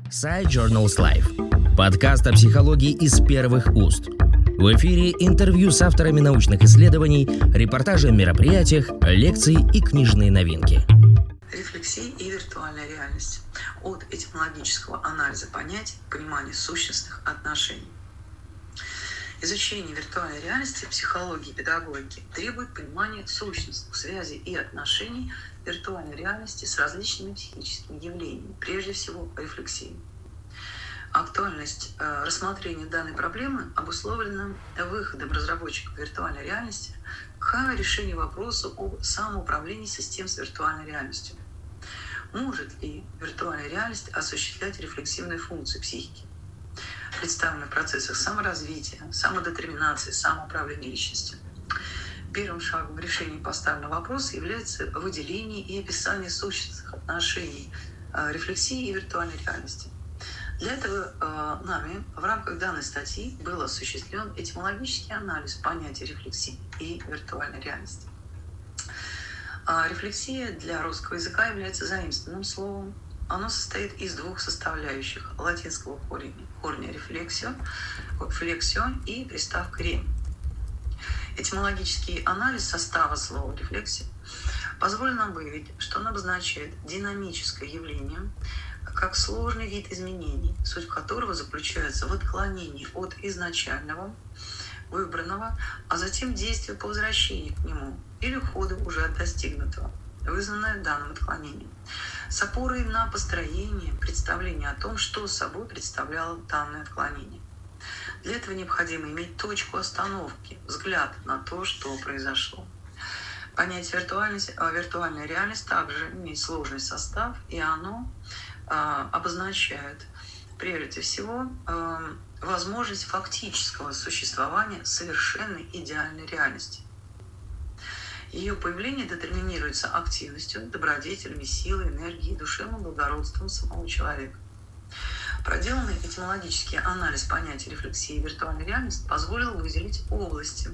PsyJournals Live. Подкаст о психологии из первых уст. В эфире интервью с авторами научных исследований, репортажи о мероприятиях, лекции и книжные новинки. Рефлексия и виртуальная реальность. От этимологического анализа понятий к пониманию сущностных отношений. Изучение виртуальной реальности, психологии и педагогики требует понимания сущностных связей и отношений виртуальной реальности с различными психическими явлениями, прежде всего рефлексией. Актуальность рассмотрения данной проблемы обусловлена выходом разработчиков виртуальной реальности к решению вопроса об самоуправлении систем с виртуальной реальностью. Может ли виртуальная реальность осуществлять рефлексивные функции психики, представленные в процессах саморазвития, самодетерминации, самоуправления личностью? Первым шагом в решении поставленного вопроса является выделение и описание сущностных отношений рефлексии и виртуальной реальности. Для этого нами в рамках данной статьи был осуществлен этимологический анализ понятия рефлексии и виртуальной реальности. Рефлексия для русского языка является заимствованным словом. Оно состоит из двух составляющих латинского корня «рефлексио» и приставка «ре». Этимологический анализ состава слова «рефлексия» позволил нам выявить, что он обозначает динамическое явление как сложный вид изменений, суть которого заключается в отклонении от изначального, выбранного, а затем действия по возвращению к нему или уходу уже от достигнутого, вызванное данным отклонением, с опорой на построение представления о том, что собой представляло данное отклонение. Для этого необходимо иметь точку остановки, взгляд на то, что произошло. Понятие виртуальная реальность также имеет сложный состав, и оно обозначает, прежде всего, возможность фактического существования совершенной идеальной реальности. Ее появление детерминируется активностью, добродетелями, силой, энергией, душевным благородством самого человека. Проделанный этимологический анализ понятия рефлексии и виртуальной реальности позволил выделить области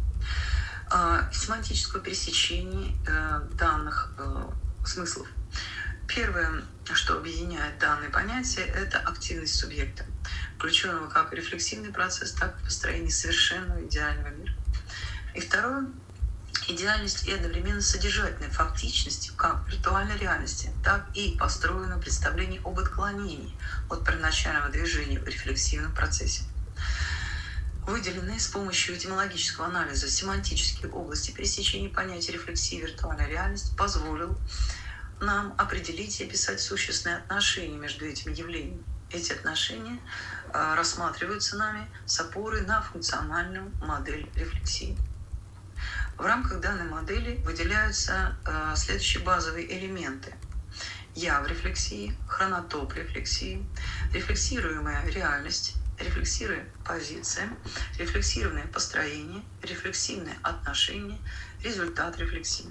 семантического пересечения данных смыслов. Первое, что объединяет данные понятия, это активность субъекта, включенного как в рефлексивный процесс, так и в построении совершенного идеального мира. И второе — идеальность и одновременно содержательной фактичности как в виртуальной реальности, так и построенного представления об отклонении от первоначального движения в рефлексивном процессе. Выделенные с помощью этимологического анализа семантические области пересечения понятия рефлексии и виртуальной реальности позволил нам определить и описать сущностные отношения между этими явлениями. Эти отношения рассматриваются нами с опорой на функциональную модель рефлексии. В рамках данной модели выделяются следующие базовые элементы: я в рефлексии, хронотоп рефлексии, рефлексируемая реальность, рефлексируемая позиция, рефлексированное построение, рефлексивное отношение, результат рефлексии.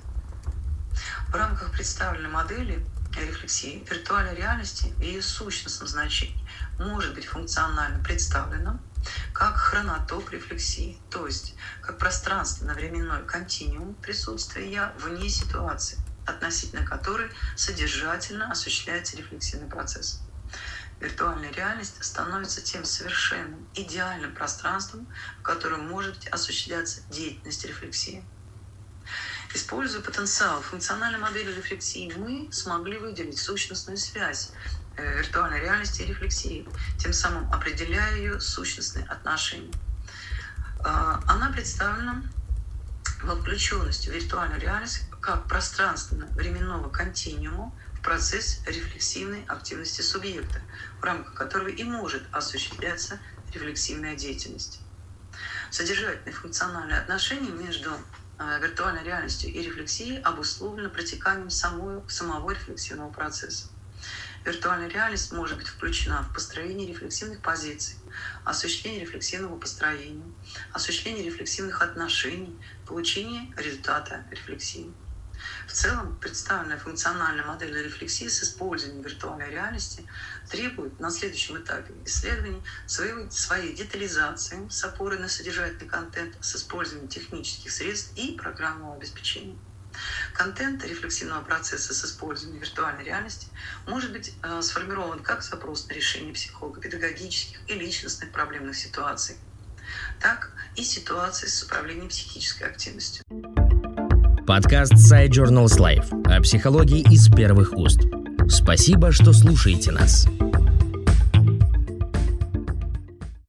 В рамках представленной модели рефлексии виртуальной реальности в ее сущностном значении может быть функционально представлена как хронотоп рефлексии, то есть как пространственно-временной континуум присутствия «я» вне ситуации, относительно которой содержательно осуществляется рефлексивный процесс. Виртуальная реальность становится тем совершенным, идеальным пространством, в котором может осуществляться деятельность рефлексии. Используя потенциал функциональной модели рефлексии, мы смогли выделить сущностную связь виртуальной реальности и рефлексии, тем самым определяя ее сущностные отношения. Она представлена во включенности в виртуальную реальность как пространственно-временного континуума в процесс рефлексивной активности субъекта, в рамках которого и может осуществляться рефлексивная деятельность. Содержательные функциональные отношения между виртуальной реальностью и рефлексией обусловлено протеканием самого рефлексивного процесса. Виртуальная реальность может быть включена в построение рефлексивных позиций, осуществление рефлексивного построения, осуществление рефлексивных отношений, получение результата рефлексии. В целом, представленная функциональная модель рефлексии с использованием виртуальной реальности требует на следующем этапе исследований своей детализации с опорой на содержательный контент с использованием технических средств и программного обеспечения. Контент рефлексивного процесса с использованием виртуальной реальности может быть сформирован как запрос на решение психолого-педагогических и личностных проблемных ситуаций, так и ситуаций с управлением психической активностью. Подкаст Side Journals Life о психологии из первых уст. Спасибо, что слушаете нас.